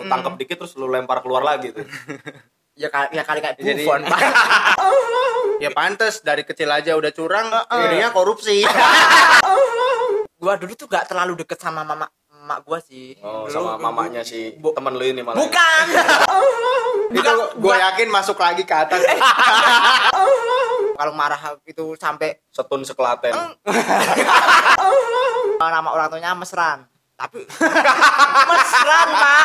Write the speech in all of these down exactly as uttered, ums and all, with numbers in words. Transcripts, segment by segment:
tangkap dikit terus lu lempar keluar lagi tuh. Ya kali ya kali kayak Jadi- Buffon, Pak. Ya pantes dari kecil aja udah curang, jadinya korupsi. Gua dulu tuh gak terlalu deket sama mama emak gua sih. Oh, Dulu sama gua- mamanya si Bu- temen lu ini malah. Bukan. Itu gue yakin masuk lagi ke atas. Kalau marah itu sampai Setun sekelaten. nama orang tuanya Mesran. Tapi Mesran, Pak.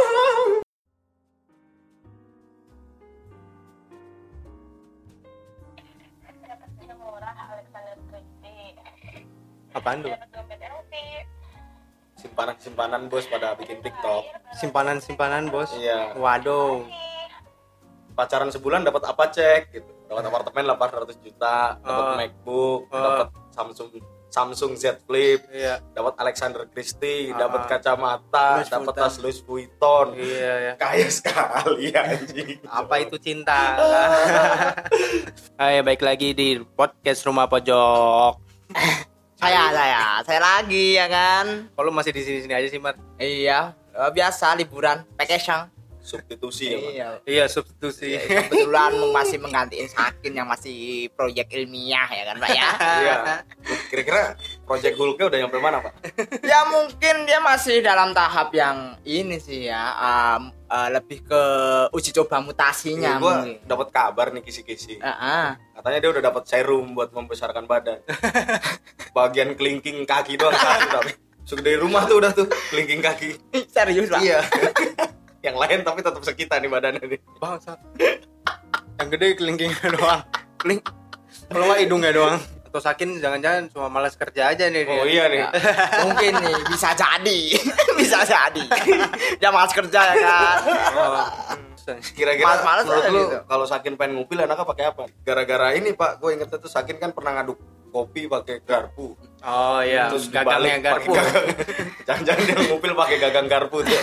Apaan tuh? Simpanan-simpanan bos pada bikin TikTok. Simpanan-simpanan bos. Iya. Waduh. Pacaran sebulan dapat apa cek gitu. Dapat apartemen delapan ratus juta, dapat Oh. MacBook, Oh. dapat Samsung Samsung Z Flip, Iya. dapat Alexander Christie, Ah. dapat kacamata, Louis dapat Vuitton. tas Louis Vuitton. Iya ya. Kaya sekali anjing. Apa itu cinta? Hai, baik lagi di podcast Rumah Pojok. Saya, saya, saya lagi ya kan. Kalau masih di sini-sini aja sih, Mar. Iya, eh, biasa liburan, vacation. Substitusi ya, Mas. Iya. Iya, substitusi. Ya, kebetulan masih menggantiin Sakin yang masih proyek ilmiah ya kan, Pak ya. Iya. Kira-kira Project Hulk-nya udah nyampe mana, Pak? Ya mungkin dia masih dalam tahap yang ini sih ya, um, uh, lebih ke uji coba mutasinya Ini gua mungkin. dapat kabar nih kisi-kisi. Heeh. Katanya dia udah dapat serum buat membesarkan badan. Bagian kelingking kaki doang satu tapi. Segede rumah tuh udah tuh kelingking kaki. Serius, Pak? Iya. Yang lain tapi tetap sekitar nih badannya nih. Bangsa. Yang gede kelingkingnya doang. Keling. Kalau nggak hidungnya doang. Atau Sakin jangan-jangan cuma malas kerja aja nih. Oh dia. iya nih. Ya, mungkin nih bisa jadi. Bisa jadi. Dia malas kerja ya kan. Oh. Kira-kira Males-males menurut aja lu gitu. kalau Sakin pengen ngupil enaknya pakai apa? Gara-gara ini Pak, gue ingetnya tuh Sakin kan pernah ngaduk kopi pakai garpu. Oh iya, Terus gagangnya dibalik garpu. pakai gagang. Jangan-jangan dia ngupil pakai gagang garpu tuh.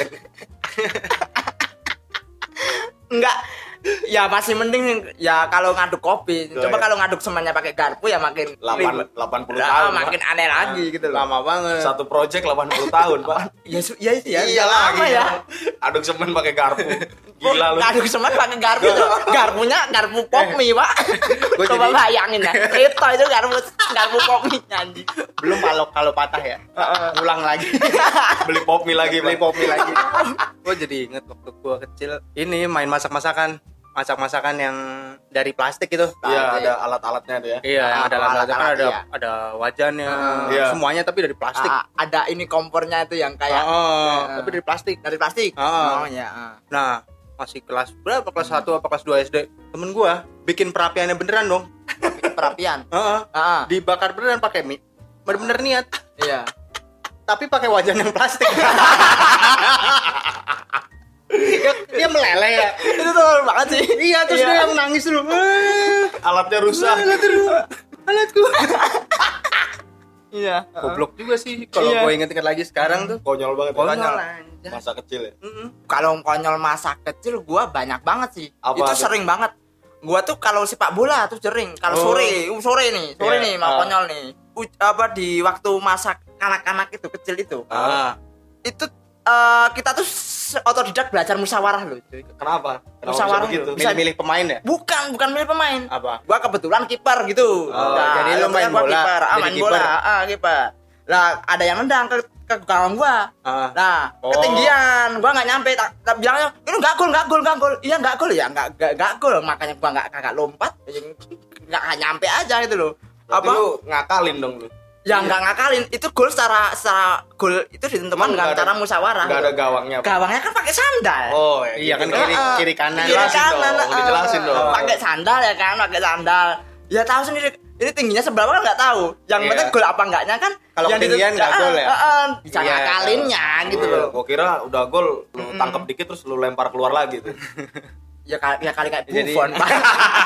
Enggak. Ya masih mending ya kalau ngaduk kopi. Oh, Coba iya. kalau ngaduk semuanya pakai garpu ya makin ribet. delapan puluh Nah, tahun. makin Pak. aneh lagi gitu loh. Lama banget. Satu project delapan puluh tahun, Pak. Ya, su- ya itu ya. Iya udah lama lagi ya. Aduk semen pakai garpu. Gila lu. Ngaduk semen pakai garpu tuh. Garpunya garpu pop mie, Pak. Gua Coba jadi- bayangin ya. Itu itu garpu garpu pop mie anjing. Belum kalau kalau patah ya. Ulang lagi. Beli pop mie lagi, Beli Pak. kopi lagi. Gue jadi inget waktu gue kecil. Ini main masak-masakan. Masak-masakan yang dari plastik itu. Iya, ada alat-alatnya dia. Iya, yang ada Alat-alat, alat-alatnya kan ada iya. ada wajannya. Iya. Semuanya tapi dari plastik. Ah, ada ini kompornya itu yang kayak Oh, eh, tapi dari plastik. dari plastik. Ah. Oh ya. ah. Nah, masih kelas berapa? Kelas satu apa kelas dua S D. Temen gua bikin perapiannya beneran dong. Perapian. Heeh. Heeh. Dibakar beneran pakai mie. Bener-bener niat. Iya. Tapi pakai wajan yang plastik. dia, dia meleleh ya. Itu tuh banget sih. Iya, terus Iya. dia yang nangis dulu. Ah, Alatnya rusak. alat dulu. Alatku. Iya. Goblok juga sih kalau Iya. gue inget-inget lagi sekarang tuh. Konyol banget. Konyol ya. aja. Masa kecil ya. Mm-mm. Kalau konyol masa kecil gua banyak banget sih. Apa itu tuh? sering banget. Gua tuh kalau sepak bola tuh sering. Kalau Oh. sore, uh, sore nih, sore Iya, nih mau ah. konyol nih. U- apa di waktu masa kanak-kanak itu kecil itu. Ah, Itu eh, kita tuh s- otodidak belajar musyawarah loh. cuy. Kenapa? Kenapa bisa Musyawarah begitu? dulu. Bisa- milih-milih pemain ya? Bukan, bukan milih pemain. Apa? Gua kebetulan kiper gitu. Oh, jadi lu kebetulan main gua bola, kiper. Ah, jadi main kiper. bola, ah kiper. Lah ada yang nendang ke ke gawang gua. Ah. Nah, Oh. ketinggian, gua nggak nyampe, tak, tak bilangnya ini nggak gol, nggak gol, nggak gol. Iya nggak gol ya, nggak nggak nggak gol. Makanya gua nggak kagak lompat, nggak nggak nyampe aja gitu loh. Berarti Apa? lu ngakalin dong lu. Ya nggak ngakalin, itu gol secara secara gol itu ditentukan Emang dengan nggak ada- cara musyawarah. Nggak ada gawangnya. Pak. Gawangnya kan pakai sandal. Oh, ya, Iya kan gitu. kiri Heeh. kiri kanan. Kiri Dijelasin kanan, dong, heeh. dijelasin dong. Pakai sandal ya kan, pakai sandal. Ya tahu sendiri, ini tingginya seberapa kan nggak tahu. Yang Iya. penting gol apa enggaknya kan. Kalau yang ketinggian ditet- nggak gol ya? Heeh, heeh. Bisa Iya. ngakalinnya gitu Iya, loh. gua kira udah gol, lu tangkap dikit terus lu lempar keluar lagi tuh. Ya kali ya kali kayak Jadi- Buffon, Pak.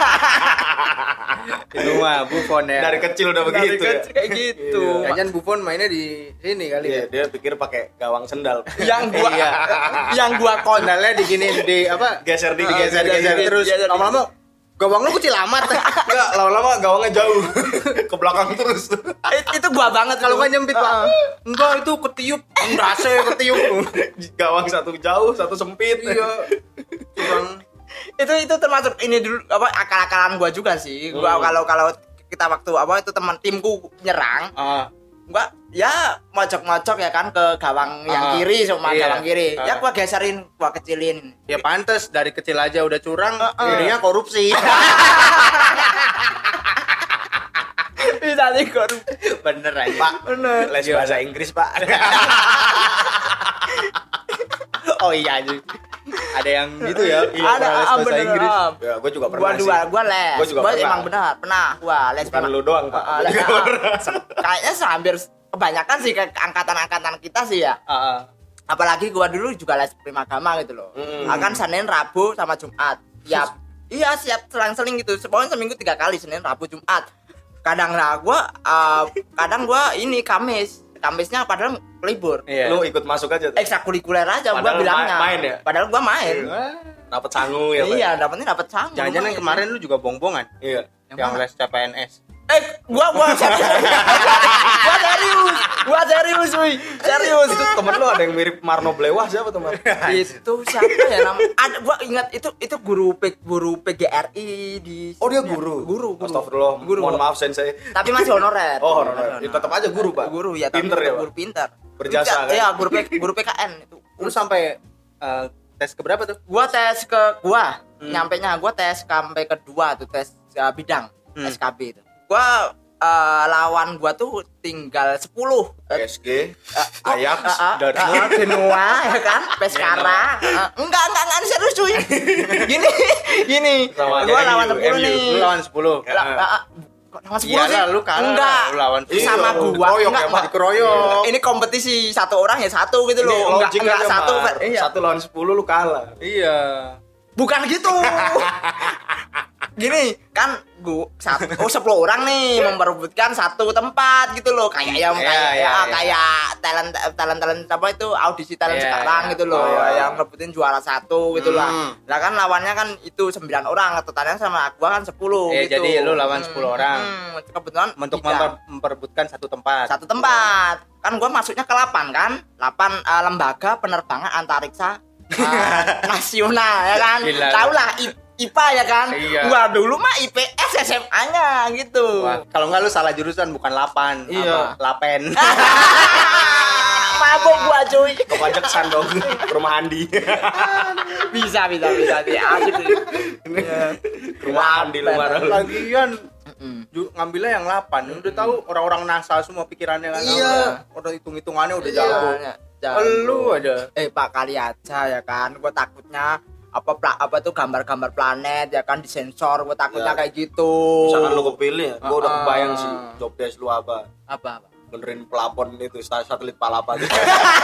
Itu mah Buffon ya. Dari kecil udah Dari begitu ya. kecil kayak gitu. Iya. Jangan Buffon mainnya di sini kali Iya, ya. dia pikir pakai gawang sendal. Yang gua Iya. yang gua kon Sandalnya digini di apa? Geser dikit, Digeser geser geser dikit. terus Geser dikit. lama-lama Gawang lu kecil amat. Enggak, lama-lama gawangnya jauh. Ke belakang terus. It- itu gua banget Kalau tuh. nggak nyempit pak. Enggak itu ketiup. Ndase ketiup. Gawang satu jauh, satu sempit. Iya. Kurang. itu itu termasuk ini dulu apa akal-akalan gua juga sih. Gua Hmm. kalau kalau kita waktu apa itu teman timku nyerang, Ah. gua ya mojok-mojok ya kan ke gawang yang Ah, kiri sama iya. gawang kiri. Ah. Ya gua geserin, gua kecilin. Ya pantes dari kecil aja udah curang, Ah, ah. jadinya korupsi. Bisa nih gua. Bener aja. Pak, Bener. les bahasa Inggris, Pak. Oh iya aja. Ada yang gitu ya. Ada pernah les ah, bahasa bener. Inggris. ah. Ya, gua juga Gua pernah sih. dua, gua les. Gua juga Gua pernah. emang benar, pernah gua les. Bukan memang. lu doang, Pak. Ah, ah, Gua les, juga ah. pernah. Se- Kayaknya hampir kebanyakan sih ke angkatan-angkatan kita sih ya. Ah, ah. Apalagi gua dulu juga les primagama gitu loh. Mm. Akan Senin, Rabu sama Jumat. Ya, iya siap selang-seling gitu. Pokoknya seminggu tiga kali, Senin, Rabu, Jumat. Kadang lah gua uh, kadang gua ini Kamis. Kamisnya padahal libur. Iya. Lu ikut masuk aja tuh. Ekstrakurikuler aja gua Padahal bilangnya. ma- main ya? Padahal gua main. Dapat sangu ya, Pak. Iya, dapatnya dapat sangu. Jangan-jangan yang lumayan. kemarin lu juga bong-bongan. Iya. Yang Yang mana? les C P N S. Eh, gua gua serius. Gua serius. Gua serius, wih. Serius. Itu temen lu ada yang mirip Marno Blewah siapa teman? Itu siapa ya nama? Ada gua ingat itu itu guru P, guru P G R I di Oh, dia guru. Guru, guru. Astagfirullah. Guru. Mohon maaf sensei. Tapi masih honorer. Oh, honorer. Ya, tetap aja guru, Pak. Guru ya, tapi Pinter ya, Pak? guru pinter. Berjasa, kan? Iya, guru P, guru P K N itu. Lu sampai eh, tes ke berapa tuh? Gua tes ke gua, Hmm. nyampe nya gua tes sampai kedua tuh tes uh, bidang Hmm. S K B itu. Gua uh, lawan gua tuh tinggal sepuluh. P S G, Ajax, Uh, uh, Dortmund. uh, Genoa ya kan, Pescara. Uh, enggak, enggak, enggak serius cuy. Gini, gini. Sama Gua aja lawan M U, sepuluh M U. nih. Lu lawan sepuluh. La- uh, uh, kok lawan sepuluh Iyalah, sih? lu kalah. Enggak. Lu lawan Iya, sama lu gua. dikeroyok Enggak, ya, Pak. enggak. Dikeroyok. Ini kompetisi satu orang ya satu gitu Ini loh. Enggak, logik enggak aja, satu. Mar. Fer. Iya. Satu lawan sepuluh lu kalah. Iya. Bukan gitu. Gini, kan gua satu, oh sepuluh orang nih memperebutkan satu tempat gitu loh. Kayak yang Iya, kayak iya, ya, iya. kayak talent talent talent apa itu audisi talent Iya, sekarang iya. gitu loh. Oh, iya. Yang ngerebutin juara satu gitu lah. Hmm. Lah kan lawannya kan itu sembilan orang, totalnya sama gua kan sepuluh Iya, gitu. jadi lu lawan sepuluh orang. Hmm, kebetulan Untuk tiga. memper- memperebutkan satu tempat. Satu tempat. Kan gua masuknya ke delapan kan? delapan uh, lembaga penerbangan antariksa uh, nasional ya kan. Gila. Tahu lah I- I P A ya kan. Iya. Gua dulu mah I P S S M A-nya gitu. Wah, kalau enggak lu salah jurusan bukan lapan, Iya. apa? Lapen. Mabuk gua cuy. Kepajaksan dong. Rumah Andi. Bisa bisa bisa dia asik. Rumah Andi lu marah lu. Lagian Mm-mm. ju- ngambilnya yang lapan. Udah tahu orang-orang NASA semua pikirannya kan. Iya. Udah hitung-hitungannya udah Iya, jago. jago. Lu ada. Eh Pak kali aja ya kan. Gua takutnya apa pla- apa tuh gambar-gambar planet ya kan disensor. Gua takutnya Ya. kayak gitu. Misalkan lu kepilih ya, gua udah Ah. kebayang sih job desk lu apa. Apa apa? Benerin pelapon itu sta- satelit palapa gitu.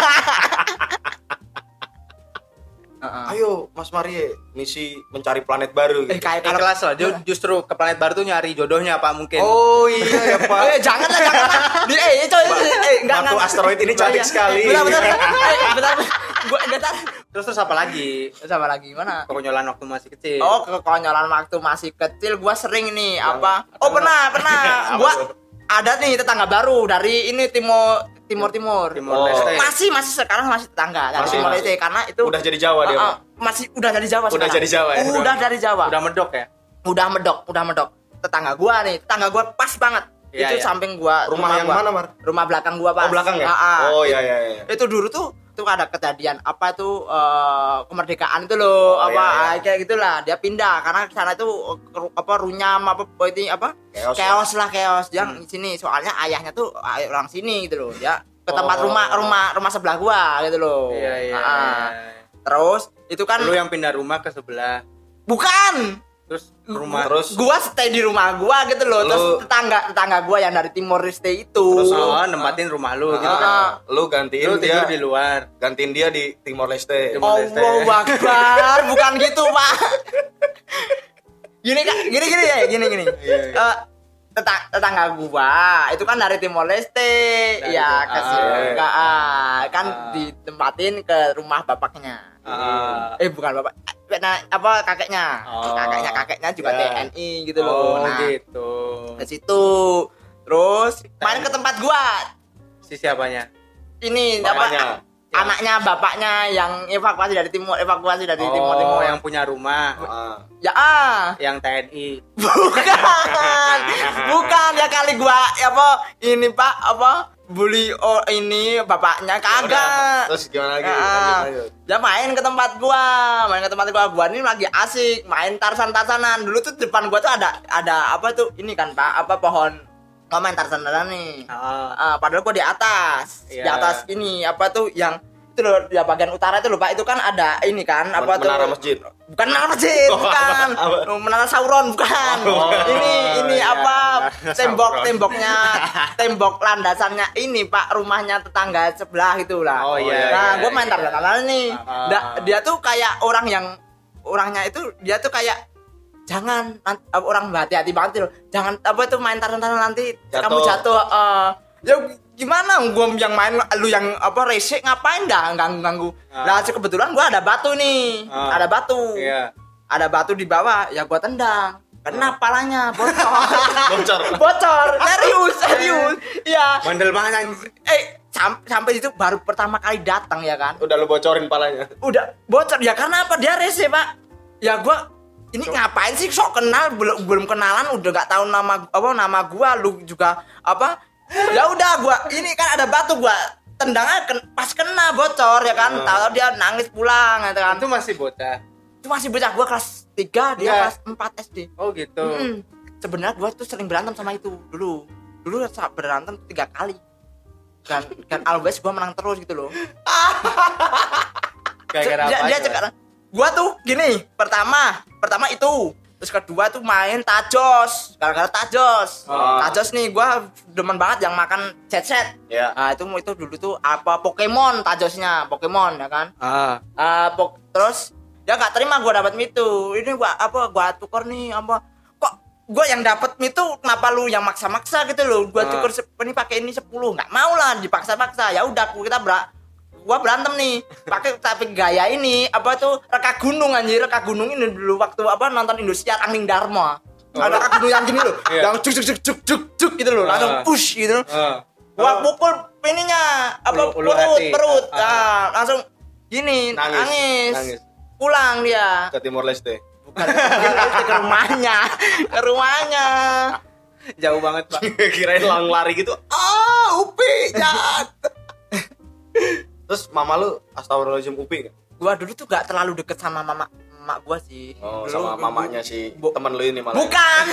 Heeh. Ayo Mas Marie, misi mencari planet baru Eh gitu. kayak kalau Ikhlas lah. Ju- Justru ke planet baru tuh nyari jodohnya Pak mungkin. Oh iya ya Pak. Eh jangan lah jangan lah. Di eh itu eh enggak Batu asteroid ini cantik sekali. Benar benar. Eh benar. Gua enggak tahu. Terus terus apa lagi? Sama lagi gimana? Kekonyolan waktu masih kecil. Oh, kekonyolan waktu masih kecil gua sering nih apa? Oh, pernah, pernah. Gua ada nih tetangga baru dari ini timur timur timur. Timur Oh. Leste. Masih masih sekarang masih tetangga dari Masih, Timor masih. Leste karena itu Udah jadi Jawa dia, Ah, ah, Pak. masih udah dari Jawa Udah sekarang. jadi Jawa ya? Udah dari Jawa. Udah medok ya? Udah medok, udah medok. Tetangga gua nih, tetangga gua pas banget. Iya, Itu iya. samping gua. Rumah yang gua. mana, Mar? Rumah belakang gua pas. Oh, belakang ya? Ah, ah. Oh iya iya iya. Itu dulu tuh tuh ada kejadian apa tuh eh, kemerdekaan itu loh Oh, apa iya, iya. ah, kayak gitulah dia pindah karena ke sana itu eh, apa runyam apa ini apa Chaos, chaos lah chaos yang di sini soalnya ayahnya tuh ay- orang sini gitu loh dia ke tempat Oh. rumah rumah rumah sebelah gua gitu loh. Iya iya. Ah, ah. iya. Terus itu kan Lu yang pindah rumah ke sebelah. bukan Terus rumah Terus gua stay di rumah gua gitu loh. Terus Lu- tetangga tetangga gua yang dari Timor Leste itu Terus lu- oh, nempatin rumah lu gitu Ah, kan. ah. lu gantiin Lu dia tidur di luar. gantiin dia di Timor Leste. Timor Leste. Allahu Akbar, bukan gitu, Pak. Gini Kak, gini gini ya, gini gini. Iya, iya. Eh, tetang- tetangga gua itu kan dari Timor Leste. Dari Ya, Timor- ke ah, sini. iya. Nggak, ah, kan Ah. ditempatin ke rumah bapaknya. Ah. Eh, bukan bapak. nah, apa kakeknya. Oh. Kakeknya kakeknya juga Ya. T N I gitu loh. Oh Nah, gitu. ke situ. Terus main ke tempat gua. Si siapanya? Ini Bapaknya. apa? Anaknya bapaknya yang evakuasi dari timur, evakuasi dari Oh, timur timur. yang punya rumah, Ah. Ya ah. yang T N I. Bukan. Bukan ya kali gua ya apa ini Pak apa bully oh ini bapaknya kagak. Udah, terus gimana lagi? Ya, Lanjut, lanjut. ya main ke tempat gua, main ke tempat gua. Gua ini lagi asik main tarsan-tarsanan. Dulu tuh depan gua tuh ada ada apa tuh ini kan Pak, apa pohon. Gua main tarsan-tarsanan nih. Ah, Ah, padahal gua di atas. Di Iya. atas ini apa tuh yang itu loh ya bagian utara itu loh Pak, itu kan ada ini kan apa tuh Menara masjid. bukan menara masjid, Oh, bukan apa? Oh, menara Sauron bukan. Oh, ini ini iya. apa Menara tembok Sauron. temboknya tembok landasannya ini Pak, rumahnya tetangga sebelah itulah. Oh, iya, Nah, iya, gue iya. main taruh nih. Ah. Da- dia tuh kayak orang yang orangnya itu dia tuh kayak jangan nan- apa, orang hati-hati banget loh. Jangan apa itu main taruh-taruh nanti Jatuh. kamu jatuh. eh. Ya gimana gua yang main lu yang apa resik ngapain dah ganggu-ganggu. Ah. Nah, kebetulan gua ada batu nih. Ah. Ada batu. Iya. Ada batu di bawah, ya gua tendang. Kena palanya, bocor. Bocor. Bocor. Serius, serius. Iya. Bandel banget. Eh, sam- sampai itu baru pertama kali datang ya kan. Udah lu bocorin palanya. Udah bocor ya karena apa? Dia rese, Pak. Ya gua ini ngapain sih sok kenal belum belum kenalan udah gak tahu nama apa nama gua lu juga apa ya udah gua ini kan ada batu gua tendangnya ken- pas kena bocor ya kan Hmm. tahu dia nangis pulang gitu kan Itu masih bocah. itu masih bocah gua kelas tiga dia Enggak. kelas empat S D. Oh gitu. Mm-mm. Sebenarnya gua tuh sering berantem sama itu dulu dulu sa- berantem tiga kali dan dan always gua menang terus gitu loh. Gara-gara dia, apa? dia coba? sekarang gua tuh gini pertama pertama itu terus kedua tuh main tajos gara-gara tajos Oh. tajos nih gua demen banget yang makan set set Ya. nah itu itu dulu tuh apa Pokemon tajosnya Pokemon ya kan Ah, Ah, pok- terus dia nggak terima gua dapat mitu ini gua apa gua tukar nih apa kok gua yang dapat mitu kenapa lu yang maksa-maksa gitu loh gua Ah. tukar se- ini pakai ini sepuluh nggak mau lah dipaksa-paksa ya udah kita ber gua berantem nih pakai tapi gaya ini apa tuh reka gunung anjir reka gunung ini dulu waktu apa nonton Indosiar Angling Dharma ada reka gunung yang gini loh Iya. yang cuk cuk cuk cuk cuk cuk gitu loh langsung Ah. push gitu ah. gua pukul ininya apa Ulu- ulu perut hati. perut Ah. ah, langsung gini Nangis, nangis, nangis. pulang dia Ke Timor Leste. bukan ke rumahnya ke rumahnya Jauh banget, Pak. Kirain lang lari gitu. Ah, Upi, jahat. Terus mama lu astagfirullahaladzim Upi gak? gua dulu tuh gak terlalu deket sama mama emak gua sih Oh, dulu, sama dulu- mamanya si Bu- temen lu ini malah. bukan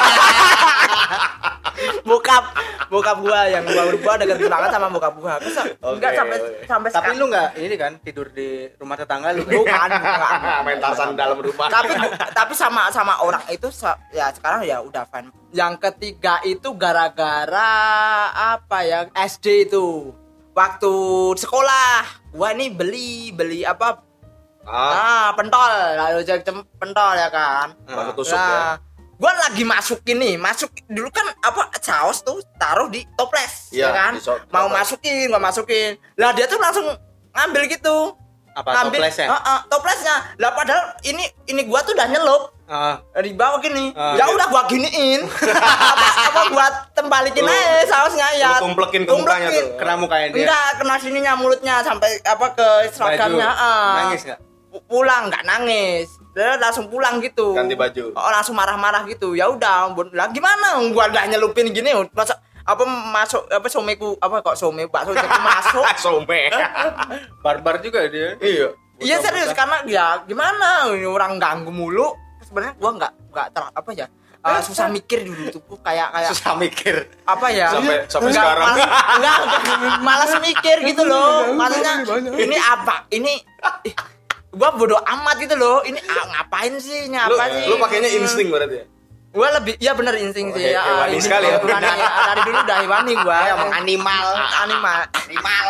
bokap bokap gua yang gua gua deket banget sama bokap gua Masa Oke, enggak sampai oke. sampai Tapi sekarang. lu nggak ini kan tidur di rumah tetangga lu kan? bukan bukan Main tasan dalam rumah. tapi tapi sama sama orang itu sa- ya sekarang ya udah fan. Yang ketiga itu gara-gara apa ya S D itu waktu sekolah gua nih beli beli apa Ah, ah pentol lalu cek pentol ya kan baru tusuk ya. nah, gua lagi masukin nih masuk dulu kan apa saus tuh taruh di toples Iya, ya kan di so- mau toples. masukin gua masukin lah dia tuh langsung ngambil gitu Apa ngambil toplesnya? Heeh, toplesnya lah padahal ini ini gua tuh udah nyelup Ah, di bawah gini Ah, ya iya. udah gua giniin apa apa gua tembalikin Lu- aja sausnya ya lu tumplekin ke mukanya tuh. kena mukanya dia. enggak kena sininya mulutnya sampai apa ke seragamnya Baju. ah. Nangis nggak? Pu- pulang nggak nangis dia langsung pulang gitu Ganti baju. oh langsung marah-marah gitu ya udah bon- lah gimana gua udah nyelupin gini masa apa masuk apa someku apa kok some bakso itu masuk Some. Barbar juga dia. Iya. iya serius karena ya gimana ini orang ganggu mulu sebenarnya gua nggak nggak ter apa ya eh, susah mikir dulu tuh gua kayak kayak Susah mikir. apa ya Sampai- sampai Enggak, sekarang. malas, enggak, enggak, malas mikir gitu loh maksudnya ini apa ini ih, gua bodoh amat gitu loh ini ah, ngapain sih ini Lu, apa sih lu pakainya insting berarti ya? gua lebih ya bener insting Oh, sih he- ya hewani ini sekali ya. hewani, ya. Dari dulu udah hewani gua Emang animal animal animal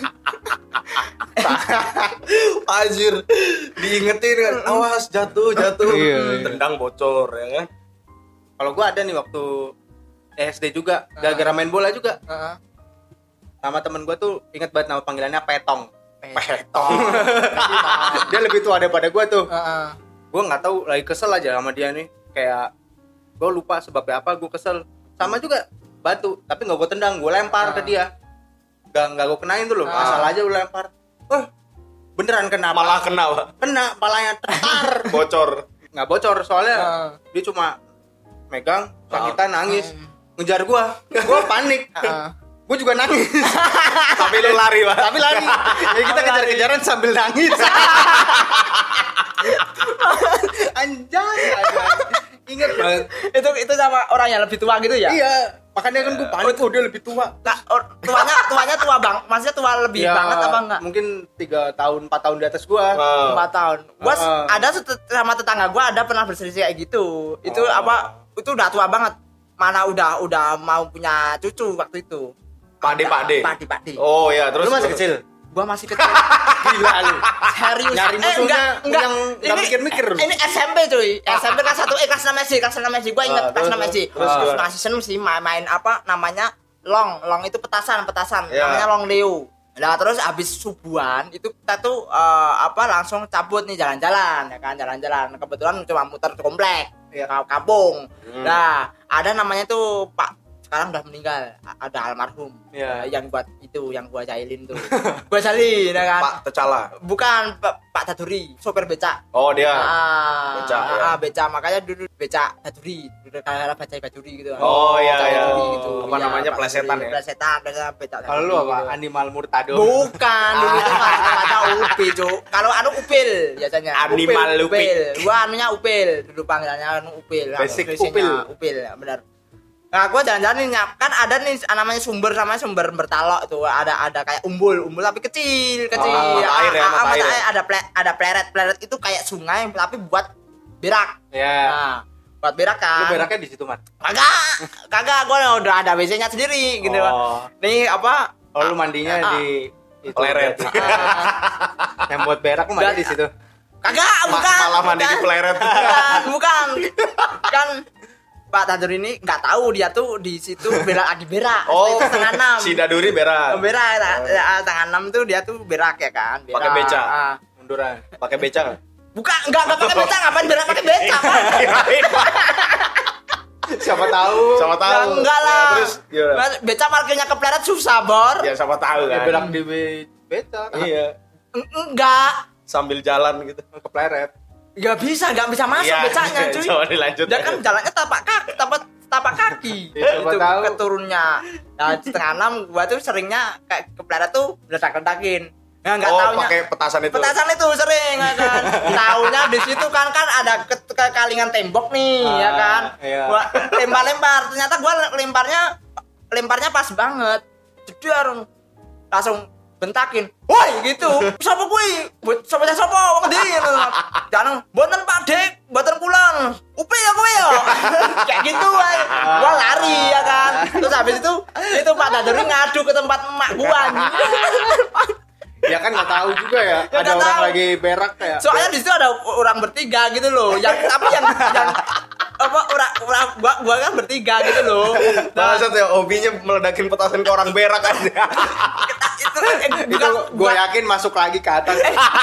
Anjir. Diingetin kan, awas jatuh, jatuh. Iya, iya. Tendang bocor ya kan. Kalau gua ada nih waktu S D juga, gara-gara main bola juga. Heeh. Sama temen gua tuh inget banget nama panggilannya Petong. Petong. Dia lebih tua daripada gua tuh. Heeh. gue nggak tahu lagi kesel aja sama dia nih, kayak gue lupa sebabnya apa gue kesel. Sama juga batu, tapi nggak gue tendang, gue lempar Ah. ke dia, nggak nggak gue kenain tuh loh, Ah. asal aja gue lempar. Oh beneran kena, Malah kena, Pak. kena palanya tetar. Bocor. Nggak bocor soalnya Ah. dia cuma megang sakitan nangis Hmm. ngejar gue, gue panik, Heeh. gue juga nangis. Tapi lu lari, Pak. Tapi lari, ya kita kejar-kejaran sambil nangis. Anjay, anjay. Ingat banget. itu itu sama orang yang lebih tua gitu ya? Iya, makanya kan gue panik, oh dia lebih tua. Nah, or- tuanya tuanya tua bang, maksudnya tua lebih Ya, banget apa enggak? mungkin tiga tahun, empat tahun di atas gua. Ah. Empat tahun. Gua s- Ah. ada set- sama tetangga gua ada pernah berselisih kayak gitu. Itu Oh. apa? Itu udah tua banget. Mana udah udah mau punya cucu waktu itu. Pakde, pakde. Pakde, pakde. Oh ya, terus Lu masih kecil? Gua masih kecil. Gila lu. Serius. Nyari musuhnya yang nggak Ini- mikir-mikir. Ini S M P cuy. S M P kelas satu, eh kelas enam S D, kelas enam S D. Gua inget Ah, kelas terus, enam S D. terus, terus Terus gimana? masih seneng sih main, main apa namanya? Long. Long itu petasan, petasan. Ya. Namanya Long Leo. Nah, terus habis subuhan itu kita tuh eh, apa langsung cabut nih jalan-jalan ya kan, jalan-jalan. Kebetulan cuma muter komplek. Iya. Ka- kampung. Hmm. Nah, ada namanya tuh Pak, sekarang udah meninggal, A- ada almarhum. Iya. Eh, yang buat itu yang gua jahilin tuh. Gua jahilin ya kan. Pak Tecala. Bukan Pak, Pak Daduri, sopir becak. Oh, dia. Ah, Becak, ya. ah, becak. Makanya dulu becak Daduri, dulu kayak baca Daduri gitu. Oh, iya, Becak iya. Daduri gitu. Apa namanya, Pak plesetan Daduri, ya? Plesetan, plesetan, becak. Kalau lu Daduri apa? gitu. Animal murtado. Bukan, dulu itu kata upi, Cuk. Kalau anu upil biasanya. Animal upil. upil. upil. Gua anunya upil, dulu panggilannya anu upil. Basic Indonesia-nya upil. Upil, ya, benar. Nah, gua jalan-jalan nih, nyap. Kan ada nih namanya sumber, namanya sumber bertalok tuh. Ada ada kayak umbul, umbul tapi kecil, kecil. Oh, mata air ya, Ah, ah, mata mata air ya. air. Ada ple- ada pleret, pleret itu kayak sungai tapi buat berak. Ya. Nah, buat berak kan. Lu beraknya di situ, Mat. Kagak, kagak. Gua udah ada W C-nya sendiri gitu. Oh. Nih apa? Oh, lu mandinya Ah. di itu. Pleret. berarti. Ah, Yang buat berak lu mandi Dan- di situ. Kagak, Ma- bukan. malah mandi di bukan. pleret. Bukan, bukan. Kan Pak Tadur ini nggak tahu dia tuh di situ berak lagi berak. Oh, Itu setengah enam. si Daduri berak. Berak, ya, setengah enam tuh dia tuh berak ya kan. Berak. Pakai beca? Ah. Munduran. Pakai beca nggak? Bukan, enggak enggak pakai beca, ngapain berak pakai beca, Pak? Siapa tahu. Sama tahu. Ya, enggak lah. Ya, terus gimana? Beca parkirnya kepleret susah, Bor. Ya sama tahu Ya kan. berak di be- beca. Iya. En- Enggak. Sambil jalan gitu. Kepleret. Enggak bisa, enggak bisa masuk Iya. becanya, cuy. Coba dilanjut. Dia kan jalannya tapak kaki, tapak tapak kaki. Ya, siapa Itu tahu. keturunnya. Nah, setengah enam gua tuh seringnya kayak kepleret tuh ledak-ledakin. Nah, enggak Oh, taunya. pakai petasan itu. Petasan itu sering ya kan. Taunya di situ kan kan ada ke, ke kalingan tembok nih Ah, ya kan. iya. Gua lempar-lempar, ternyata gua lemparnya lemparnya pas banget. Jedar langsung bentakin. Woi gitu. Sapa kuwi? Sapa sapa wong ndi? Jangan mboten Pak Dik, mboten kulon. Upi ya kuwi ya. Kayak gitu wae. Gua lari ya kan. Terus habis itu itu Pak Daduri ngadu ke tempat emak gua. Ya kan nggak tahu juga ya. Ya, Ada nggak orang tahu. lagi berak kayak. Soalnya di situ ada orang bertiga gitu loh. Yang tapi yang yang apa orang orang gua, gua kan bertiga gitu loh. Nah, Masa tuh ya, hobinya meledakin petasan ke orang berak kan. itu eh, Itu bukan gue gua yakin masuk lagi ke atas.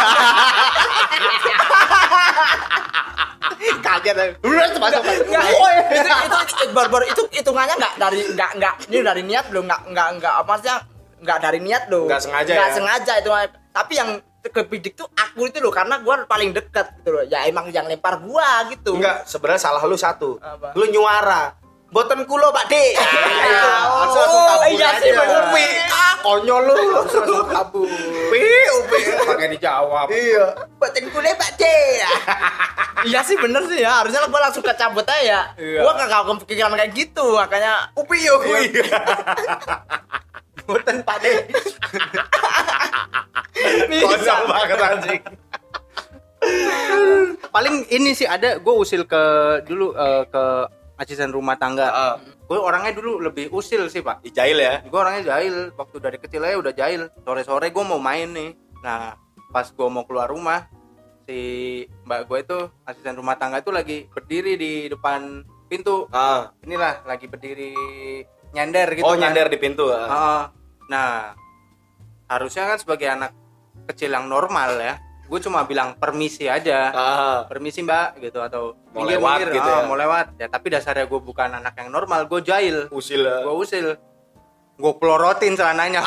Kaget aja. Udah masuk lagi. Enggak, itu itu itu baru itu hitungannya enggak dari enggak enggak ini dari niat loh, enggak enggak enggak apa maksudnya enggak dari niat loh. Nggak sengaja Nggak ya? sengaja itu. Tapi yang kebidik tuh aku itu loh karena gua paling dekat gitu loh. Ya emang yang lempar gua gitu. Enggak, sebenarnya salah lu satu. Apa? Lu nyuara. Boten kulo, Pak Dik. Iya. Harus langsung kabur iya sih, aja. bener. Upi, ah, konyol lu. Terus langsung kabur. Upi, upi. Pakai dijawab. Iya. Batin kulit Pak D. Iya sih bener sih ya. Harusnya gua langsung kecabut aja ya. Iya. Gua enggak kepikiran kayak gitu, makanya Upi yo kuy. Boten Pak De. Konyol banget anjing. Paling ini sih ada gue usil ke dulu eh, ke asisten rumah tangga. Heeh. Gue orangnya dulu lebih usil sih Pak. Jahil ya. Gue orangnya jahil. Waktu dari kecil aja udah jahil. Sore-sore gue mau main nih. Nah pas gue mau keluar rumah, si mbak gue itu asisten rumah tangga itu lagi berdiri di depan pintu. Ah. Inilah lagi berdiri nyender gitu. Oh, kan. nyender di pintu. ah. Heeh. Nah harusnya kan sebagai anak kecil yang normal ya, gue cuma bilang permisi aja. Ah. Permisi mbak gitu atau Mau minggir, lewat minggir. gitu Ah, ya. mau lewat ya, tapi dasarnya gue bukan anak yang normal, gue jahil, Usil ya. gue usil, gue pelorotin celananya.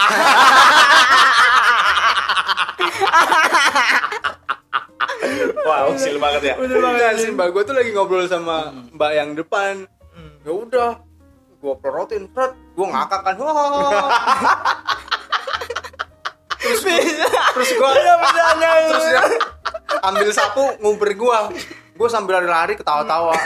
Wah, usil banget ya. Enggak sih, mbak gue tuh lagi ngobrol sama mbak yang depan. Ya udah, gue pelorotin, gue ngakak kan. terus terus gue terus dia ambil sapu ngumpir gue, gue sambil lari-lari ketawa-tawa.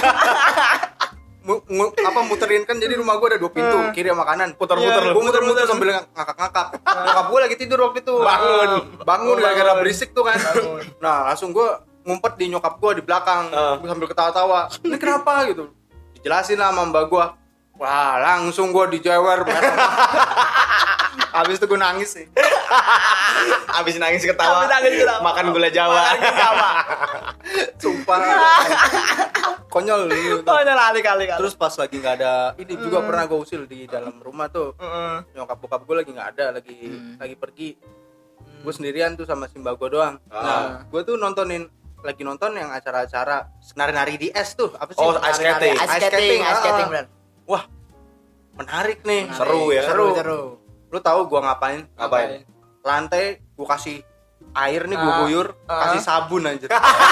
Mu- mu- apa muterin kan, jadi rumah gue ada dua pintu, kiri sama kanan. Puter-puter lu. Gue muter-muter sambil ngakak-ngakak. Nyokap gue lagi tidur waktu itu. Bangun. bangun Oh, gara-gara bangun. berisik tuh kan. Nah langsung gue ngumpet di nyokap gue di belakang. Ah. Gue sambil ketawa-tawa, ini kenapa gitu, dijelasin lah sama mbak gue. Wah langsung gue dijewer. Habis itu gue nangis sih. Abis nangis ketawa. Abis nangis ketawa. Makan gula Jawa. Sumpah. Konyol gitu. Oh, nyala kali kali. Terus pas lagi nggak ada ini juga pernah gue usil di dalam rumah tuh. Nyokap bokap gue lagi nggak ada, lagi lagi pergi. Gue sendirian tuh sama si mbak gue doang. Ah. Nah gue tuh nontonin, lagi nonton yang acara-acara nari-nari di es tuh, apa sih? Oh, ice skating. Ice skating, ice skating ah. benar. Wah menarik nih. Menarik. Seru ya. Seru. Seru. Lu tahu gue ngapain? Ngapain? Lantai gue kasih air nih, gue Ah. guyur, Ah. kasih sabun aja.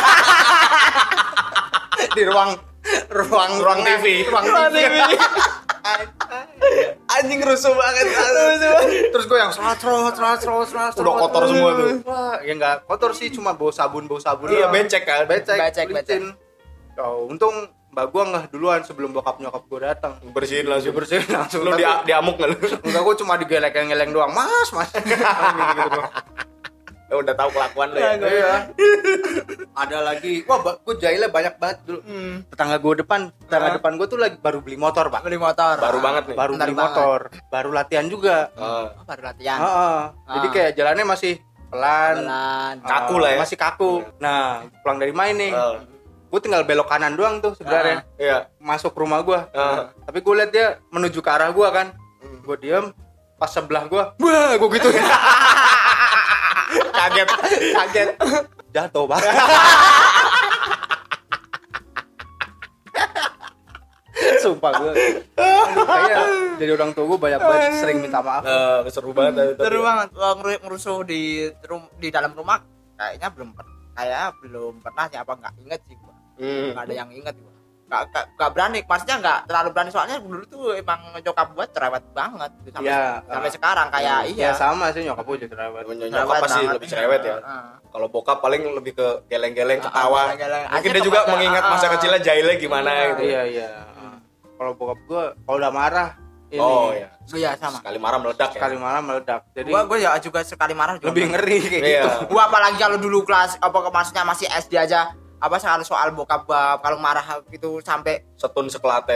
Di ruang ruang Ruang T V. ruang Ruang T V. T V. Anjing rusuh banget. Terus gue yang serat serat serat serat serat Udah kotor semua tuh. Wah ya nggak kotor sih, cuma bau sabun bau sabun Iya, doang. becek kan. becek Becek, licin. Oh, untung mbak gue nggak duluan sebelum bokap nyokap gue datang. Bersihin langsung. Bersihin langsung. Lu Tapi- dia diamuk enggak lu? enggak, gue cuma digelek-geleng doang, mas mas. Gitu-gitu doang. Ya udah tahu kelakuan lu ya. Iya. Ada lagi, wah gue jahilnya banyak banget dulu. Hmm. Tetangga gue depan, tetangga Ah. depan gue tuh lagi baru beli motor pak. Beli motor. Baru banget nih. Baru Benar beli banget. motor, baru latihan juga. Ah. Oh, baru latihan. Heeh. Jadi Ah. kayak jalannya masih pelan, Pelan. Ah, Kaku lah ya. masih kaku. Nah, pulang dari main nih, Ah. gue tinggal belok kanan doang tuh sebenarnya, Iya. masuk rumah gue. Ah. Tapi gue liat dia menuju ke arah gue kan, gue diem, pas sebelah gue, wah, gue gituin. Kaget. Kaget, jatuh banget. Sumpah gue, kayak jadi orang tua gue banyak banget sering minta maaf. Eh, seru banget tapi. Seru banget. Kalau ngeru- ngerusuh di rum- di dalam rumah kayaknya belum pernah. Kayak belum pernah sih, apa nggak inget sih gua. Hmm. Nggak ada yang inget gua. Nggak, nggak, nggak berani. Maksudnya nggak terlalu berani, soalnya dulu tuh emang nyokap gua cerewet banget gitu. Sampai, Iya, sampai ah. sekarang kayak Ya iya. sama sih, nyokap gue juga cerewet. Nyokap pasti banget. lebih cerewet ya. Ah. Kalau bokap paling lebih ke geleng-geleng, Ah, ketawa. geleng-geleng. Mungkin Akhirnya dia juga kepada- mengingat masa ah. kecilnya jahilnya gimana Iya. gitu. Iya iya. Kalau bokap gue kalau udah marah, ini Oh iya. Iya sama. Sekali marah meledak ya. sekali marah meledak. Jadi Gua gua ya juga sekali marah juga. lebih ngeri kayak Iya. gitu. Gua apalagi kalau dulu kelas apa maksudnya masih S D aja, apa soal soal bokap gua kalau marah gitu sampai Setun sekelaten.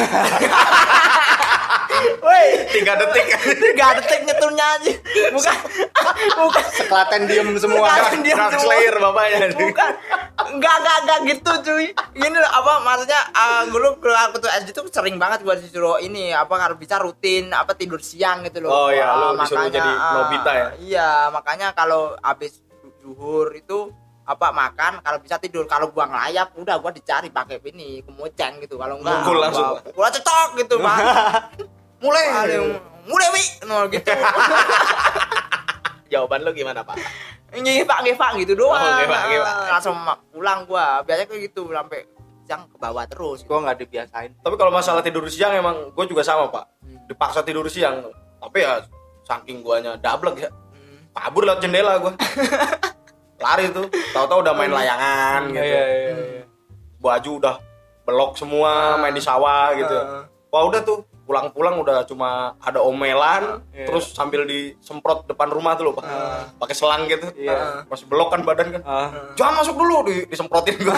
woi Tiga detik. tiga detik nyeturnya aja, bukan bukan Seklaten diem semua. Seklaten diem. Dark semua. Slayer bapaknya. bukan enggak enggak enggak gitu cuy. Ini loh, apa maksudnya uh, dulu kalau aku tuh S D tuh sering banget gua disuruh ini apa kalau bisa rutin apa tidur siang gitu loh. Oh iya, Ah, lu disuruh jadi ah, Nobita ya? Iya, makanya kalau habis zuhur itu apa makan, kalau bisa tidur, kalau gua ngelayap udah gua dicari pakai ini kemoceng gitu, kalau enggak Mukul langsung. gua- gua cetok gitu Pak. Mulai mulai wi no gitu. Jawaban lu gimana, Pak? Nggih Pak, nggih Pak gitu doang. Oh, nggih, Pak, nggih, Pak. Ah, langsung ma- pulang gua. Biasanya kayak gitu sampai siang ke bawah terus. Gue nggak dibiasain. Tapi kalau masalah tidur siang emang gue juga sama, Pak. Hmm. Dipaksa tidur siang. Tapi ya saking guanya dablek ya. Hmm. Kabur lewat jendela gua. Lari tuh. Tahu-tahu udah main layangan gitu. Iya iya iya. Baju udah belok semua, main di sawah gitu. Ah. Wah, udah tuh. Pulang-pulang udah cuma ada omelan, Iya. terus sambil disemprot depan rumah tuh loh, Pak. Pakai selang gitu. Iya. Masih belok kan badan kan. Ah. Jangan masuk dulu, di, disemprotin gua.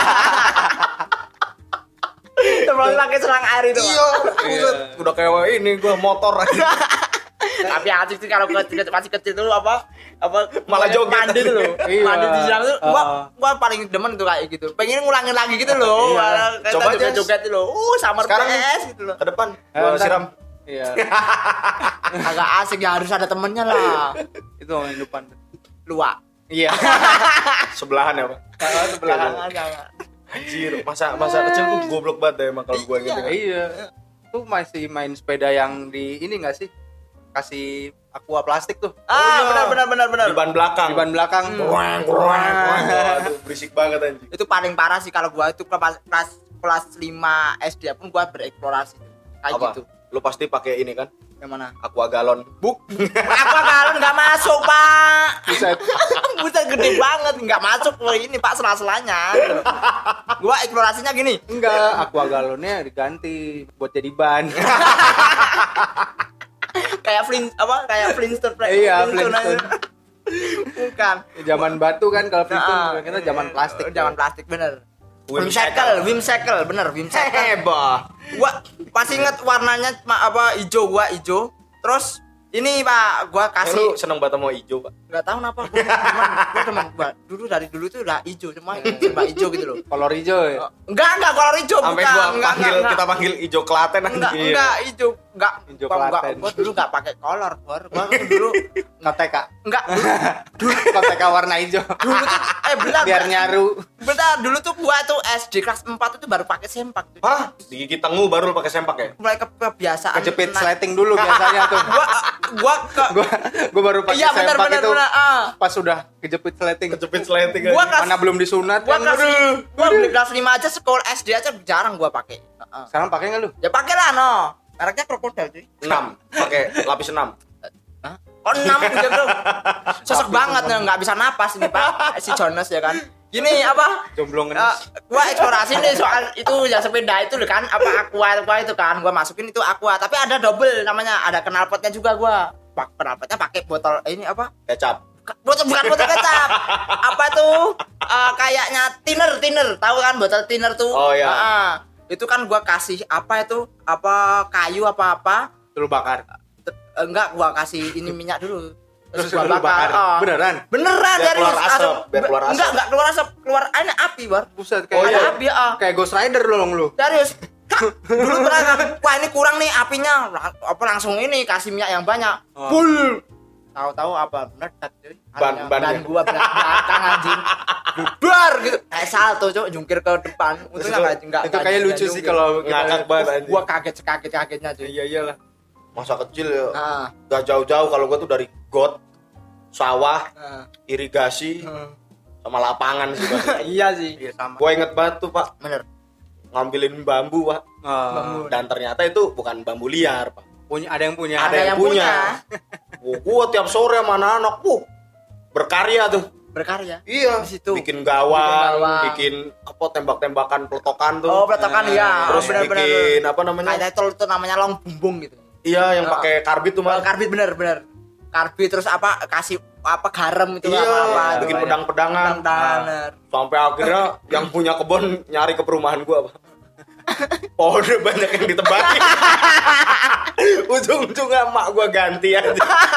Terus pakai selang air itu. Pak. Iya, buset. Udah kayak ini gua motor aja. Tapi asik sih kalau kecil masih kecil tuh apa apa Malah joget. mandi tuh loh. Iya. Mandi di siang tuh gua Ah. gua paling demen tuh kayak gitu. Pengen ngulangin lagi gitu loh. Iya. Malah kayak Coba aja. joget-joget itu loh. Uh, summer Sekarang best gitu loh. Ke depan Eh, gua bentar. siram. Iya. Agak asik ya, harus ada temennya lah. Itu yang depan. Luak. Iya. Sebelahan ya, Pak. Sebelahan sama. Anjir, masa masa kecil tuh goblok banget deh emang kalau gua gitu kan. Iya. Tuh masih main sepeda yang di ini enggak sih? Kasih aqua plastik tuh. Ah, iya. benar benar benar benar. Di ban belakang. Di ban belakang. Wang, wang, wang. Aduh, berisik banget anjing. Itu paling parah sih kalau gua itu kelas kelas kelas lima S D pun gua bereksplorasi kayak Apa? gitu. Lu pasti pakai ini kan? Yang mana? Aqua galon. Buk. Aqua galon nggak masuk, Pak. Buset. Buset gede banget, nggak masuk loh ini Pak sela-selanya. Gua eksplorasinya gini. Enggak, aqua galonnya diganti buat jadi ban. Kayak Flint apa? Kayak Flintstone. Iya, Flintstone aja. Flintstone. Bukan. Zaman batu kan kalau Flintstone, Nah, kita zaman plastik. Zaman plastik bener. Wim Wimcycle, Wimcycle, bener Wimcycle. Hebah. Gua masih inget warnanya ma- apa hijau, gua hijau. Terus ini Pak, gua Eh, kasih lu seneng banget sama hijau, Pak. nggak tahu kenapa gua cuman gua cuman gua dulu dari dulu tuh udah hijau semua serba hijau gitu loh. Kolor hijau ya. Enggak, enggak kolor hijau Sampai bukan. gua Enggak, panggil enggak, kita panggil hijau Klaten enggak, anjing. enggak hijau, enggak. Hijau Gua enggak, Klaten. gua dulu enggak pakai kolor, Bor. Gua kan dulu Koteka. enggak Koteka warna hijau. dulu tuh eh benar. Biar nyaru. Bentar, dulu tuh gua tuh S D kelas empat itu baru pakai sempak tuh. Hah? Digigit tengu baru lu pakai sempak ya? Mulai ke- kebiasaan. Kejepit naik- sleting dulu biasanya tuh. Gua gua ke Gua gua baru pakai Iya benar sempak benar itu benar. Ah. pas sudah kejepit sleting. Kejepit sleting Gua aja. kelas Mana belum disunat gua kan. kelas Aduh. gua beli kelas lima aja sekolah S D aja jarang gua pakai. Heeh. Sekarang pakai enggak lu? Ya pakailah no. Mereknya krokodil cuy. enam, pakai lapis enam. Hah? Oh enam udah bro. Sosok banget nih nggak bisa napas ini Pak si Jonas ya kan. Gini apa? Jomblo Eh, ngenes. gua eksplorasi nih soal itu ya sepeda itu kan apa aqua aqua itu kan gua masukin itu aqua tapi ada double namanya ada knalpotnya juga gua. Pak knalpotnya pakai botol ini apa? Kecap. Botol bukan botol kecap. Apa tuh? Eh, kayaknya thinner thinner. Tahu kan botol thinner tuh? Oh, iya. Heeh. Itu kan gua kasih apa itu? Apa kayu apa apa? Lu bakar. Ter- enggak gua kasih ini minyak dulu. Terus gua lu bakar. Oh. Beneran? Beneran Biar serius. keluar asap, Asap. biar keluar asap. Enggak, enggak keluar asap, keluar ini api, Bar. Buset Oh, kayak Ada iya. api ya. kayak Ghost Rider lu lu. Serius. Dulu pernah kan, wah ini kurang nih apinya. Lang- Apa langsung ini kasih minyak yang banyak. Oh. Full. Tahu-tahu apa? Meledak cuy. Ban- Apinya. bannya. Ban gua belak- belakang anjing. Bubar gitu. Kayak salto cuy, jungkir ke depan. Untungnya enggak enggak. Itu kayak lucu sih kalau kita Ngakak banget anjing. gua kaget sekaget-kagetnya cuy. Iya iyalah. Masa kecil ya. Heeh. Gak jauh-jauh kalau gua tuh dari got, sawah, Heeh. irigasi, sama lapangan sih pasti. Iya sih. Iya sama. Gua inget banget tuh, Pak, Bener. ngambilin bambu, Pak. Oh, Dan ternyata itu bukan bambu liar, Pak. punya ada yang punya. Ada yang punya. Wah, gua tiap sore sama anak-anak, wuh, berkarya tuh. Berkarya. Iya, Di situ. bikin gawang, Bikin gawang. bikin apa tembak-tembakan peletokan tuh. Oh, peletokan ya. Terus benar-benar. bikin apa namanya? Kayak itu, itu namanya long bumbung gitu. Iya, yang Oh. pakai karbit tuh, Oh, Mas. karbit bener bener. Karbit terus apa kasih apa garam itu Iya, apa apa bikin itu. pedang-pedangan. Pedang, bener. Sampai akhirnya yang punya kebun nyari ke perumahan gua, Pak. Pohonnya banyak yang ditebakin. Ujung-ujungnya emak gua ganti aja.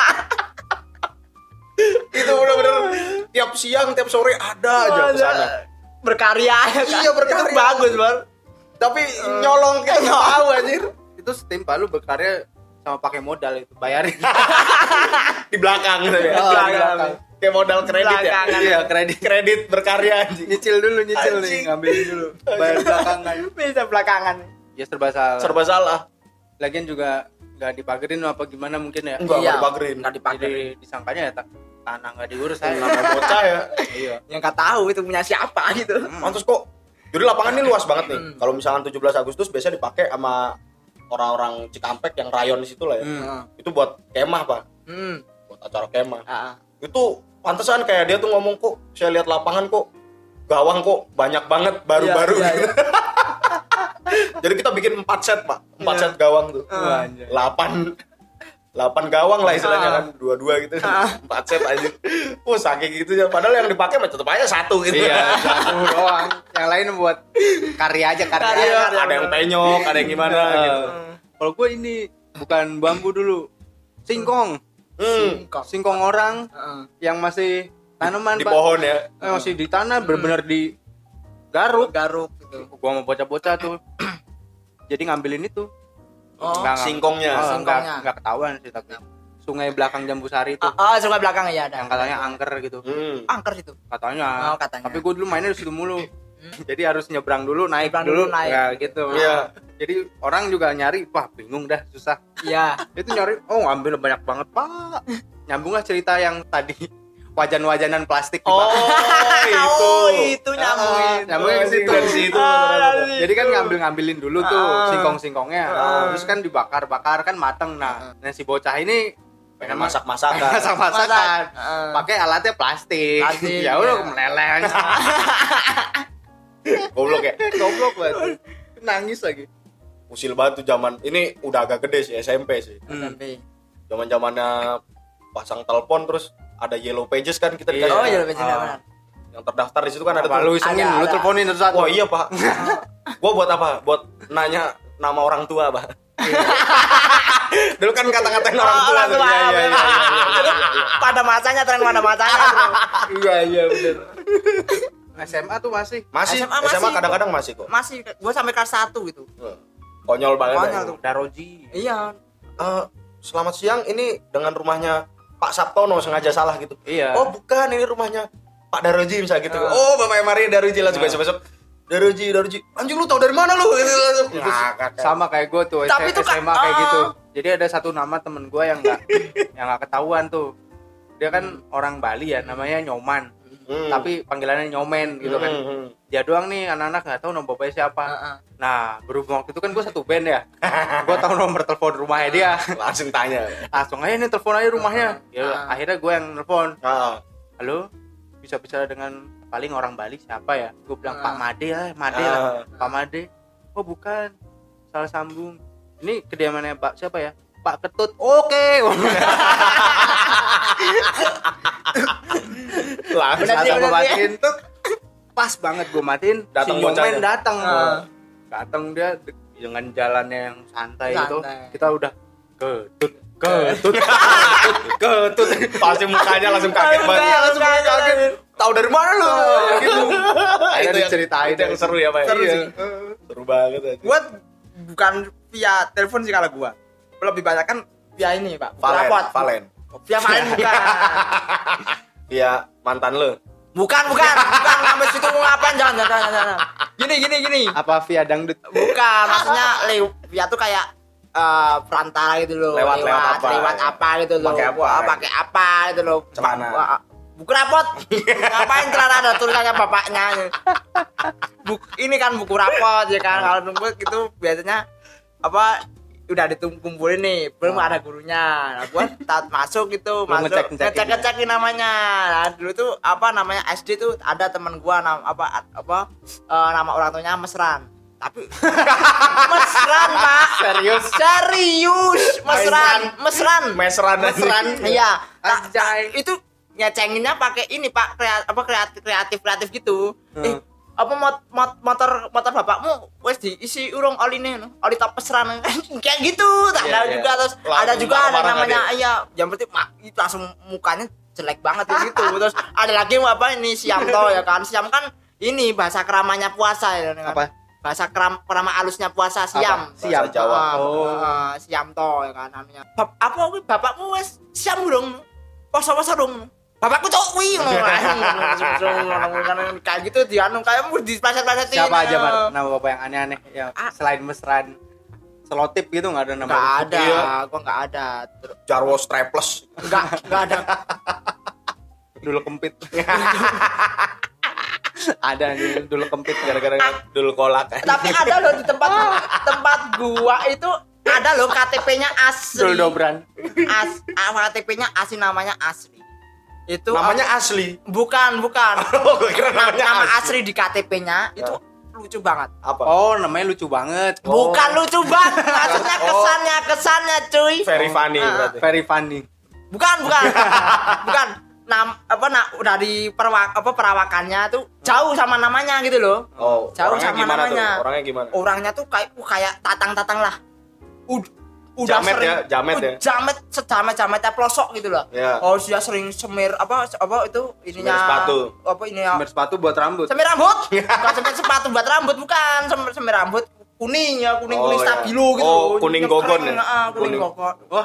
Itu bener-bener tiap siang, tiap sore ada aja ke sana. Berkarya ya kan? Iya, berkarya. Itu bagus, Bang. Tapi nyolong kita nggak tahu anjir. Itu setimpa lu berkarya sama pakai modal itu bayarin. Di belakang gitu ya. Oh, Di di belakang. belakang. Kayak modal kredit ya. Belakangan. Iya, kredit. Kredit berkarya anjing. Nyicil dulu, nyicil nih, Anjing. ngambilin dulu. Bayar belakangan. Bisa belakangan. Ya serba salah. Serba salah. Lagian juga nggak dipagerin apa gimana mungkin ya. Enggak, Iya, enggak dipagerin. Enggak dipagerin. Jadi disangkanya ya ta- tanah nggak diurus Nama aja. bocah ya. Iya. Yang enggak tahu itu punya siapa gitu. Mantus kok. Jadi lapangan ini luas banget nih. Kalau misalkan tujuh belas Agustus biasanya dipakai sama orang-orang Cikampek yang rayon di situ lah ya. Hmm. Itu buat kemah, Pak. Hmm. Buat acara kemah. Ah. Itu pantesan kayak dia tuh ngomong kok, saya lihat lapangan kok gawang kok banyak banget baru-baru. Iya, iya, gitu. Jadi kita bikin empat set, Pak. empat Iya. set gawang tuh. Wah, anjay. delapan delapan gawang lah istilahnya Ah. kan, dua-dua gitu. empat set aja. Oh, saking gitu ya. Padahal yang dipakai mah tetap aja satu gitu. Iya, satu doang. Yang lain buat karya aja karya. Karya. Iya, ada yang penyok, ada yang gimana Nah, gitu. Kalau gue ini bukan bambu dulu, singkong, Hmm. Singkong. singkong orang Heeh. yang masih tanaman Di Pak. pohon ya. Eh, masih di tanah, benar-benar di garuk. Garuk gitu. Gua mau bocah-bocah tuh, jadi ngambilin itu. Oh, Nggak- singkongnya. Oh, Singkongnya. nggak nggak ketahuan sih tapi sungai belakang Jambu Sari itu. Oh, sungai belakang ya ada. Yang katanya angker gitu. Hmm. Angker situ. Katanya. Oh, katanya. Tapi gue dulu mainnya di situ mulu. Jadi harus nyebrang dulu, naik Nyebrang dulu, dulu, naik. ya gitu. Iya. Jadi orang juga nyari, wah bingung dah, susah. Iya. Itu nyari, oh ngambil banyak banget pak. Nyambunglah cerita yang tadi wajan-wajanan plastik. Oh, itu. Oh, itu nyambungin. Ah, nyambungin ke situ. Dari situ. Ah, benar-benar. dari Jadi kan ngambil-ngambilin dulu tuh Ah. singkong-singkongnya. Ah. Terus kan dibakar-bakar kan mateng. Nah, nah si bocah ini Pengen masak-masakan. masak-masakan. Ah. Pakai alatnya plastik. Plastik, Ya udah ya. meleleh. Goblok ya. Goblok banget. Nangis lagi. Usil banget tuh zaman ini udah agak gede sih, S M P sih. Sampai. Zaman-zamannya pasang telepon terus ada yellow pages kan kita Iya. dikasih. Oh, iya lebih Ah. benar. Yang terdaftar di situ kan ada Apa tuh. lu isengin, Ada, lu ada. teleponin satu-satu. Wah iya pak. Gua buat apa? Buat nanya nama orang tua pak. Dulu kan kata-katain orang Oh, tua. orang tuh. tua, Iya, iya, iya, benar. iya, iya, iya. Pada masanya, tren pada masanya. bro. Iya iya bener. S M A tuh masih. Masih, S M A S M A masih. kadang-kadang masih kok. Masih, gua sampai kelas satu gitu. Konyol banget. Konyol ya. tuh. Daroji. Iya. Eh, selamat siang, ini dengan rumahnya Pak Sabtono sengaja salah gitu. Iya. Oh bukan, ini rumahnya Pak Daroji misalnya gitu. Ah. Oh Mama Maria Daroji langsung Ah. besok-besok. Daroji, Daroji. Anjing lu tau dari mana lu? Gitu. Ngakak. Sama kayak gue tuh Tapi S- tuh S M A Kak, kayak ah. gitu. Jadi ada satu nama temen gue yang nggak yang nggak ketahuan tuh. Dia kan orang Bali ya, namanya Nyoman. Hmm. Tapi panggilannya Nyomen gitu kan. Hmm, hmm. Dia doang nih anak-anak nggak tahu nama bapaknya siapa. Heeh. Nah berhubung waktu itu kan gue satu band ya. Gue tahu nomor telepon rumahnya dia. Langsung tanya. Langsung aja nih telepon aja rumahnya. Ya udah, Ah. akhirnya gue yang nelpon. Ah. Halo, bisa bicara dengan paling orang Bali siapa ya? Gue bilang Ah. Pak Made lah, Made lah. Ah. Pak Made. Oh bukan, salah sambung. Ini kediamannya Pak siapa ya? Pak Ketut. Oke. Langsung Bener, Langsung gue bener, matiin tuh. Pas banget gue matiin. Datang si Nyomen bocahnya. datang. Ah. Datang dia de- dengan jalannya yang santai, Santai. itu. Kita udah ketut, ketut, ketut, ketut. Pasti mukanya langsung kaget Langsung banget. kaget, Langsung kaget. kaget. Tahu dari mana lu? Gitu. Akhirnya Itu yang- diceritain. itu yang seru ya, Pak. Seru Iya. sih. Seru banget aja. Gua bukan via telepon sih kalau gua. Lebih banyak kan via ini, Pak. Valen, Rapot. Valen. Via Valen bukan. Via mantan lu. Bukan, bukan. Bukan sampai situ mau ngapain? Jangan, jangan, jangan, jangan. Gini, gini, gini. Apa via dangdut? Bukan, maksudnya lew, via tuh kayak eh, perantara gitu loh. Lewat- lewat apa? Lewat apa gitu loh. Pakai apa? Wah, pakai apa gitu loh. Celana. Wah, buku rapot. Ngapain celana ada tulisannya bapaknya. Buk, ini kan buku rapot ya kan. Kalau nunggu gitu biasanya apa udah dikumpulin nih, belum Oh. ada gurunya. Nah, gua tat masuk gitu, Lu masuk ngecek-ngecekin ngecek-ngecekin namanya. Nah, dulu tuh apa namanya S D tuh ada teman gua nama apa apa eh, nama orang tuanya Mesran. Tapi Mesran, Pak. Serius? Serius, Mesran, Mesran. Mesran Mesran. Iya. Ta- Anjay. Itu nyecenginnya pakai ini, Pak, kreatif apa kreatif kreatif kreatif gitu. Hmm. Eh, apa mot, mot, motor motor bapakmu wes diisi urung oline no? Oli top mesran kayak gitu. Tak Iya, ada iya. juga terus Langsung ada juga ada marah-marah namanya nggak iya yang berarti mak itu langsung mukanya jelek banget kayak gitu. Terus ada lagi apa ini Siamto ya kan. Siam kan ini bahasa keramanya puasa ya kan. Apa? Bahasa keram kerama alusnya puasa Siam. Apa? Siam. Bahasa Jawa. Ah, Oh. ah, Siamto ya kan namanya. Bap, apa kuwi bapakmu wes Siam dong. Poso-poso dong. Bapakku cok kuwi ngono. Kayak gitu dianu kayak mu diplaset-plasetin. Siapa aja Mar? Nama bapak yang aneh-aneh ya Ah. selain mesran selotip gitu nggak ada nama? Enggak ada, Iya. gua enggak ada. Terus Jarwo Strapless. enggak enggak ada. Dulu kempit. Ada nih dulu kempit Gara-gara dulu kolak. Tapi ada loh di tempat tempat gua itu ada loh K T P-nya asli. Dulu dobran. As, K T P-nya asli namanya asli. Itu Namanya asli. bukan, bukan. Oh, gue kira Nama, namanya nama asli. asli di K T P-nya itu lucu banget. Apa? Oh, namanya lucu banget. Bukan lucu banget, maksudnya kesannya, kesannya cuy. Very funny Ah. berarti. Very funny. Bukan, bukan. Bukan. Nam apa nah udah di perwak, apa perawakannya tuh jauh sama namanya gitu loh. Oh, Jauh orangnya sama gimana namanya. tuh? Orangnya gimana? Orangnya tuh kayak uh, kayak tatang-tatang lah. Ud, udah Jamet sering ya, jamet uh, ya. Jamet sejamet-jametnya pelosok gitu loh. Ya. Oh, dia sering semir apa apa itu ininya Semir sepatu. apa ini ya? Semir sepatu buat rambut. Semir rambut. Bukan semir sepatu buat rambut, bukan. Semir, semir rambut kuning ya, kuning-kuning Oh, iya. stabilo gitu. Oh, kuning Nyekreng, gogon ya? ah, kuning Kuning. gogon. Wah,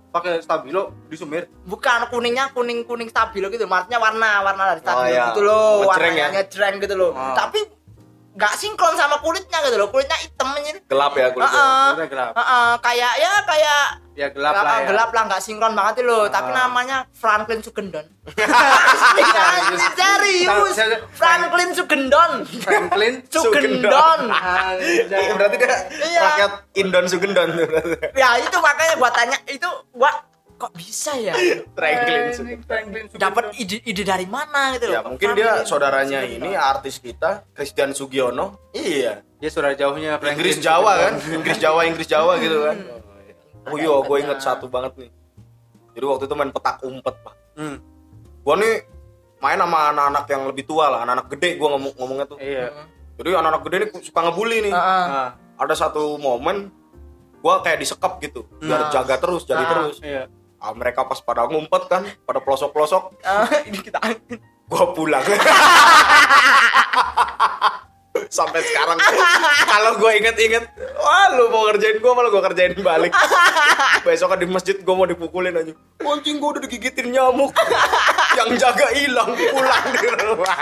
pakai stabilo di sumir. Bukan, kuningnya kuning kuning stabilo gitu, maksudnya warna warna dari stabilo Oh, iya. gitu loh, Ngejreng warnanya ya? ngejreng gitu loh. Oh. Tapi nggak sinkron sama kulitnya gitu loh, kulitnya hitam ini. Gelap ya kulitnya. Heeh. Udah gelap. Heeh, kayak ya kayak Ya gelap gelap lah ya. gelap lah, nggak sinkron banget tuh loh. Tapi Ah. namanya Franklin Sugendon. Serius, serius. Saya- Franklin Sugendon. Franklin Sugendon. Iya, berarti dia Iya. rakyat Indon Sugendon tuh berarti. Ya itu makanya gua tanya itu, gua kok bisa ya? Franklin Eh, Sugendon. Franklin Dapat ide ide dari mana gitu Ya loh? mungkin dia Franklin saudaranya Sugendon. ini artis kita Christian Sugiono. Iya. Dia saudara jauhnya Franklin Inggris Jawa kan? Sugendon. Inggris Jawa Inggris Jawa gitu kan. Oh iya, gue Makanya. inget satu banget nih. Jadi waktu itu main petak umpet, Pak. Hmm. Gue nih main sama anak-anak yang lebih tua lah, anak-anak gede gue ngomong ngomongnya tuh. Iya. Jadi anak-anak gede nih suka ngebully nih. Heeh. Nah, Ada satu momen gue kayak disekap gitu, biar Nah. jaga terus, jadi Nah. terus. iya. Ah, mereka pas pada ngumpet kan, pada pelosok-pelosok, Ah, ini kita gue pulang. Sampai sekarang kalau gue inget-inget, wah lu mau ngerjain gue malah gue kerjain balik. Besok di masjid gue mau dipukulin aja. Anjing gue udah digigitin nyamuk. Yang jaga hilang, pulang di rumah.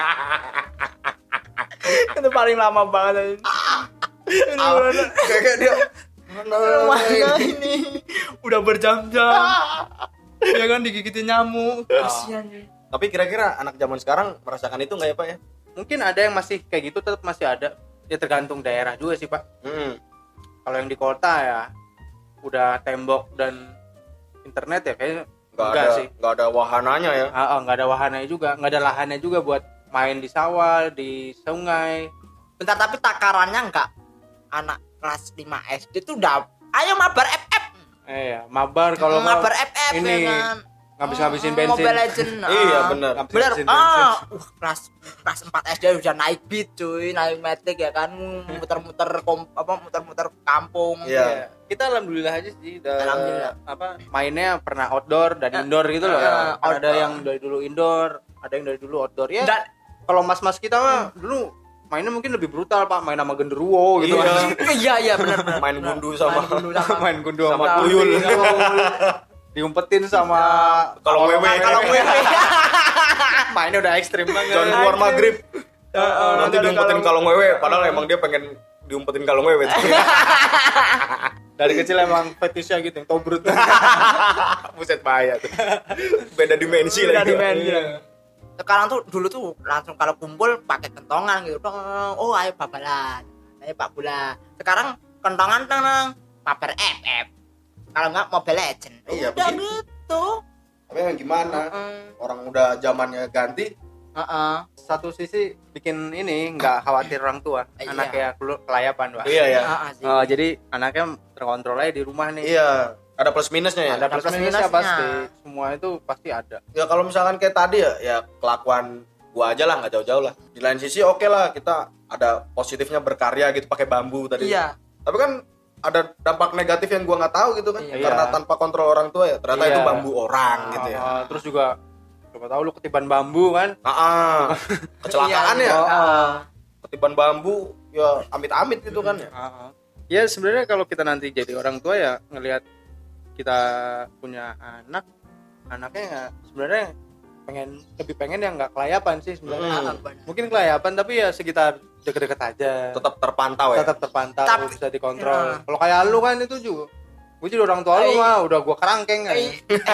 itu paling lama banget. Ah, kayak dia Mana ini udah berjam-jam. Ya kan digigitin nyamuk. Kasihan ya. Tapi kira-kira anak zaman sekarang merasakan itu nggak ya Pak ya? Mungkin ada yang masih kayak gitu, tetap masih ada. Ya tergantung daerah juga sih, Pak. Hmm. Kalau yang di kota ya udah tembok dan internet ya kayaknya Nggak enggak ada sih. nggak ada wahananya ya. Ah, ah, nggak ada wahananya juga, nggak ada lahannya juga buat main di sawah, di sungai. Bentar, tapi takarannya enggak anak kelas lima S D tuh udah ayo mabar F F. Eh ya, mabar kalau nggak mabar F F ini ya kan. ngabis-ngabisin Hmm, bensin. Mobile Legend. Iya, ah. bener. Ngabis-ngabisin Bener. bensin. Ah, uh, kelas kelas empat S D udah naik beat cuy, naik matic ya kan, muter-muter kom, apa muter-muter kampung. Iya. Kita alhamdulillah aja sih udah Alhamdulillah. apa mainnya pernah outdoor dan indoor gitu loh. eh, Kan ada outdoor. yang dari dulu indoor, ada yang dari dulu outdoor ya. Dan Kalau mas-mas kita mah dulu mainnya mungkin lebih brutal, Pak, main sama genderuwo gitu Iya. kan. iya iya benar benar. Main gundu sama- Main gundu sama Main gundu Sama sama tuyul. diumpetin sama Kalau wewe. Kalau gue mainnya udah ekstrim banget. Jangan keluar maghrib. Nanti ada diumpetin kalung. kalung wewe, padahal emang dia pengen diumpetin kalung wewe. Dari kecil emang fetishnya gitu yang tobrut. Buset bahaya tuh. Beda dimensi Beda lagi. dimensi. Iya. Sekarang tuh dulu tuh langsung kalau kumpul pakai kentongan gitu. Oh ayo babalan, ayo pak bola. Sekarang kentongan tenang, mabar F F. Kalau nggak Mobile Legend. Iya, Udah begitu. gitu. Tapi emang gimana? Heeh. Orang udah zamannya ganti. Heeh. Satu sisi bikin ini nggak khawatir orang tua, Iya. anaknya kelu- kelayapan, Pak. Iya ya. Heeh sih. Oh, jadi anaknya terkontrol aja di rumah nih. Iya. Ada plus minusnya ya. Ada plus plus minusnya minusnya. pasti. Semua itu pasti ada. Ya kalau misalkan kayak tadi ya, ya kelakuan gua aja lah, nggak jauh-jauh lah. Di lain sisi oke lah, kita ada positifnya berkarya gitu pakai bambu tadi. Iya. Tapi kan ada dampak negatif yang gua nggak tahu gitu kan, Iya. karena tanpa kontrol orang tua ya. Ternyata Iya. itu bambu orang gitu ya. Ah, terus juga coba tahu lu ketiban bambu kan? Ah, ah. Kecelakaan Iya, ya. iya. Ah. Ketiban bambu ya amit-amit gitu kan ya. Ah, ah. Ya sebenarnya kalau kita nanti jadi orang tua ya ngelihat kita punya anak, anaknya nggak sebenarnya pengen lebih pengen yang nggak kelayapan sih sebenarnya. Hmm. Benar. Mungkin kelayapan tapi ya sekitar deket-deket aja. Tetap terpantau ya. Tetap terpantau, Tapi- bisa dikontrol. Ya. Kalau kayak lu kan itu juga, gue jadi orang tua lu Eh. mah udah gua kerangkeng kan.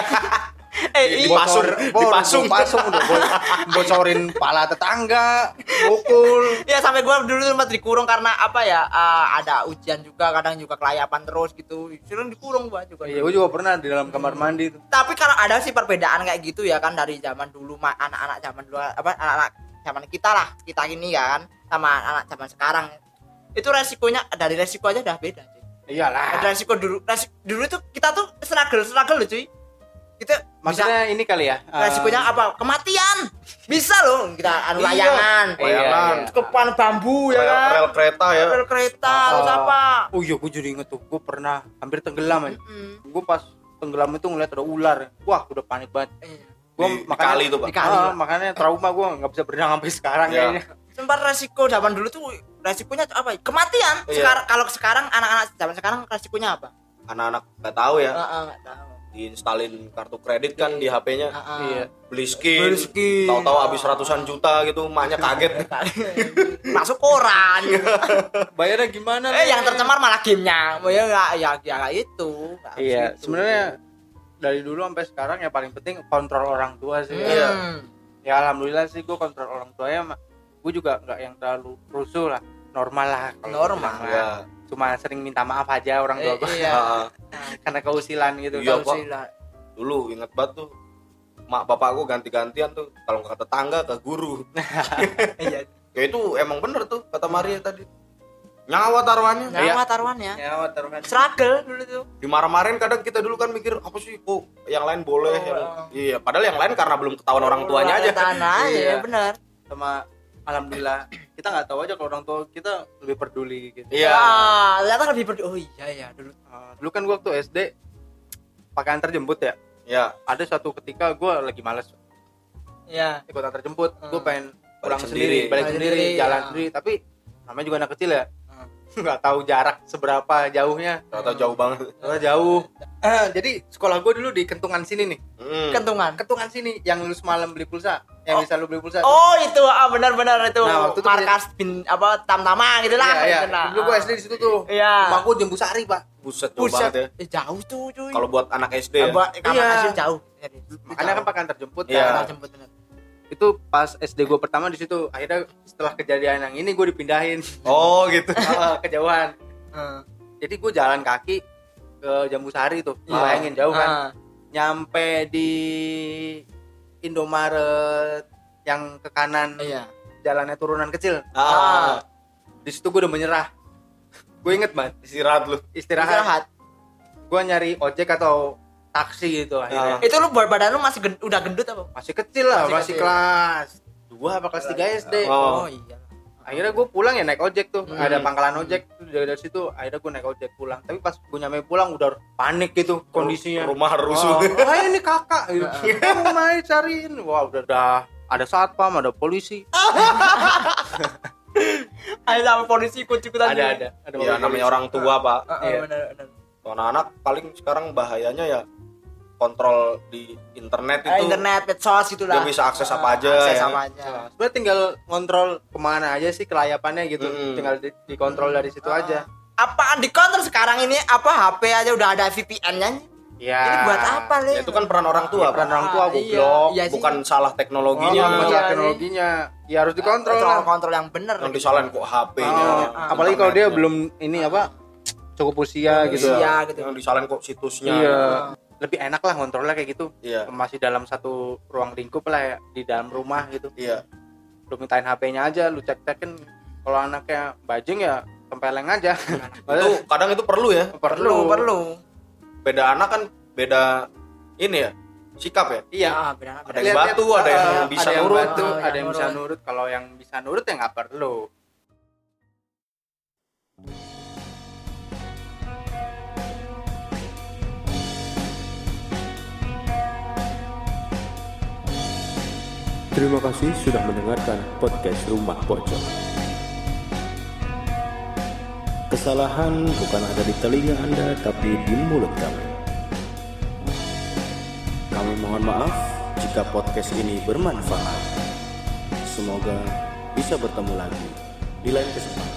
Eh, Dipasung, dipasung. dipasung udah bo- bocorin pala tetangga, pukul. ya sampai gua dulu sempat dikurung karena apa ya? eh, ada ujian juga, kadang juga kelayapan terus gitu. Sering dikurung gua juga. Iya, gue juga pernah di dalam kamar mandi tuh. Tapi kalau ada sih perbedaan kayak gitu ya kan dari zaman dulu ma- anak-anak zaman dulu apa anak-anak zaman kita lah kita ini ya kan sama anak zaman sekarang itu resikonya dari resiko aja udah beda cuy. Iyalah. Ada resiko dulu resiko, dulu itu kita tuh struggle struggle loh cuy kita bisa Maksudnya ini kali ya. eh, resikonya apa kematian bisa loh kita anu Iya. layangan Layangan. Iya, iya. kepan bambu ya Rel, kan rel kereta ya. rel kereta Ah. terus apa Oh iya, gue jadi inget tuh, gue pernah hampir tenggelam aja. Mm-mm. Gue pas tenggelam itu ngeliat ada ular. Wah, udah panik banget. Iya. Gue Di- di kali tuh, Pak. Di kali, ah, Pak. makanya trauma gue nggak bisa berenang sampai sekarang Iya. kayaknya. sempat resiko zaman dulu tuh resikonya tuh apa ya? Kematian. Iya. Sekarang kalau sekarang anak-anak zaman sekarang resikonya apa? Anak-anak nggak tahu ya. Heeh, enggak tahu. diinstalin kartu kredit kan di H P-nya. Ah, Iya. Beli skin, Beli skin. tahu-tahu habis ratusan juta gitu, maknya kaget. Masuk koran. Bayarnya gimana? eh Nih? yang tercemar malah gamenya. Oh ya nggak ya ya nggak itu. Nggak harus Iya, itu. sebenarnya dari dulu sampai sekarang ya paling penting kontrol orang tua sih. Iya. Hmm. Ya alhamdulillah sih gue kontrol orang tuanya, gue juga nggak yang terlalu rusuh lah, normal lah. kalau Normal. bilang Iya. lah. Cuma sering minta maaf aja orang tua Eh, gue iya. Heeh. karena keusilan gitu. Iya, Kalau Pak. Sila. Dulu inget banget tuh, mak bapak gue ganti-gantian tuh, kalau nggak ke tetangga ke guru. Iya. Ya itu emang bener tuh kata Maria tadi. Nyawa taruhannya. Iya. Nyawa taruhannya. ya taruhan. Struggle dulu tuh. Dimarah-marahin kadang kita dulu kan mikir apa sih kok yang lain boleh. Oh, yang- oh. Iya, padahal yang lain karena belum ketahuan orang tuanya aja. Tanah aja, Iya. benar. Sama alhamdulillah kita nggak tahu aja kalau orang tua kita lebih peduli gitu. Iya. Ah, ternyata lebih peduli. Oh iya ya dulu. Uh, dulu kan gue waktu S D pakai antar jemput ya. Ya, Ada suatu ketika gue lagi males Iya. ikut antar jemput, Hmm. gue pengen pulang Balik sendiri, sendiri. balik Balik sendiri, sendiri, jalan ya. sendiri. Tapi namanya juga anak kecil ya, Hmm. nggak tahu jarak seberapa jauhnya. ternyata jauh banget. Ternyata jauh. Eh, jadi sekolah gue dulu di Kentungan sini nih. Hmm. Kentungan. Kentungan sini yang lu semalam beli pulsa, yang Oh. bisa lu beli pulsa. Oh itu ah benar-benar itu Nah, waktu itu markas bin apa tam-tama gitu lah. Iya, iya. gitu lah. Dulu gue S D di situ tuh. Iya. Rumah gue Jembu Sari, Pak. Buset jauh Buset. banget ya. Eh, jauh tuh cuy. Kalau buat anak S D ya. Abah, kamar Iya. asli jauh. Jadi, Makanya kan pakai antar jemput Iya. kan. Kita jemput bener. Itu pas S D gue pertama di situ. Akhirnya setelah kejadian yang ini gue dipindahin Oh gitu. Heeh, kejauhan. Heeh. Jadi gue jalan kaki ke Jambu Sari tuh. Iya. Bayangin jauh kan. Ah. Nyampe di Indomaret yang ke kanan, Iya. jalannya turunan kecil. Ah, Di situ gue udah menyerah. Gue inget banget istirahat lu. istirahat. Istirahat. Gue nyari ojek atau taksi gitu akhirnya. Ah. Itu lu buat badan lu masih gen- udah gendut apa? Masih kecil lah, Masih masih, kecil. kelas dua apa kelas tiga S D. Oh. Oh iya. Akhirnya gue pulang ya naik ojek tuh. Hmm. Ada pangkalan ojek tuh dari, dari situ. Akhirnya gue naik ojek pulang. Tapi pas gue nyampe pulang udah panik gitu kondisinya. Rumah Oh, rusuh. wah ini kakak gitu. Kamu main cariin. Wah udah dah ada satpam, ada polisi. Ada sama polisi ikut-ikutan. Ada ada. Ada Ya mobil namanya polisi. orang tua, Pak. Heeh, Iya. benar benar. Anak-anak paling sekarang bahayanya ya kontrol di internet Eh, itu. internet, medsos gitu lah. Dia bisa akses apa aja, Akses ya. apa aja. Sebenarnya tinggal ngontrol kemana aja sih kelayapannya gitu. Mm. Tinggal di, dikontrol dari situ aja. Apaan dikontrol sekarang ini apa H P aja udah ada V P N-nya. Ya. Ini buat apa, Le? Ya, itu kan peran orang tua, Peran Pak. orang tua Ah, goblok. iya, iya sih. Bukan salah teknologinya, Oh, Pak. masalah iya, teknologinya. Ya harus dikontrol kontrol lah. kontrol yang bener. Yang disalahin kok H P-nya. Oh, Ah, apalagi kalau dia internetnya. belum ini apa cukup usia gitu. Iya gitu. Yang disalahin kok situsnya. Iya. Lebih enak lah ngontrolnya kayak gitu. Iya. Masih dalam satu ruang lingkup lah ya, di dalam rumah gitu. Iya. Lu mintain H P-nya aja, lu cek-cekin. Kalau anaknya bajing ya tempeleng aja. Itu kadang itu perlu ya. Perlu perlu. Beda anak kan beda ini ya. Sikap ya. Iya. Ah, benar. Ada yang batu, ada yang bisa ada yang nurut. batu, Ah, ada yang yang bisa nurut. nurut. Kalau yang bisa nurut ya nggak perlu. Terima kasih sudah mendengarkan podcast Rumah Pocong. Kesalahan bukan ada di telinga Anda, tapi di mulut kami. Kami mohon maaf jika podcast ini bermanfaat. Semoga bisa bertemu lagi di lain kesempatan.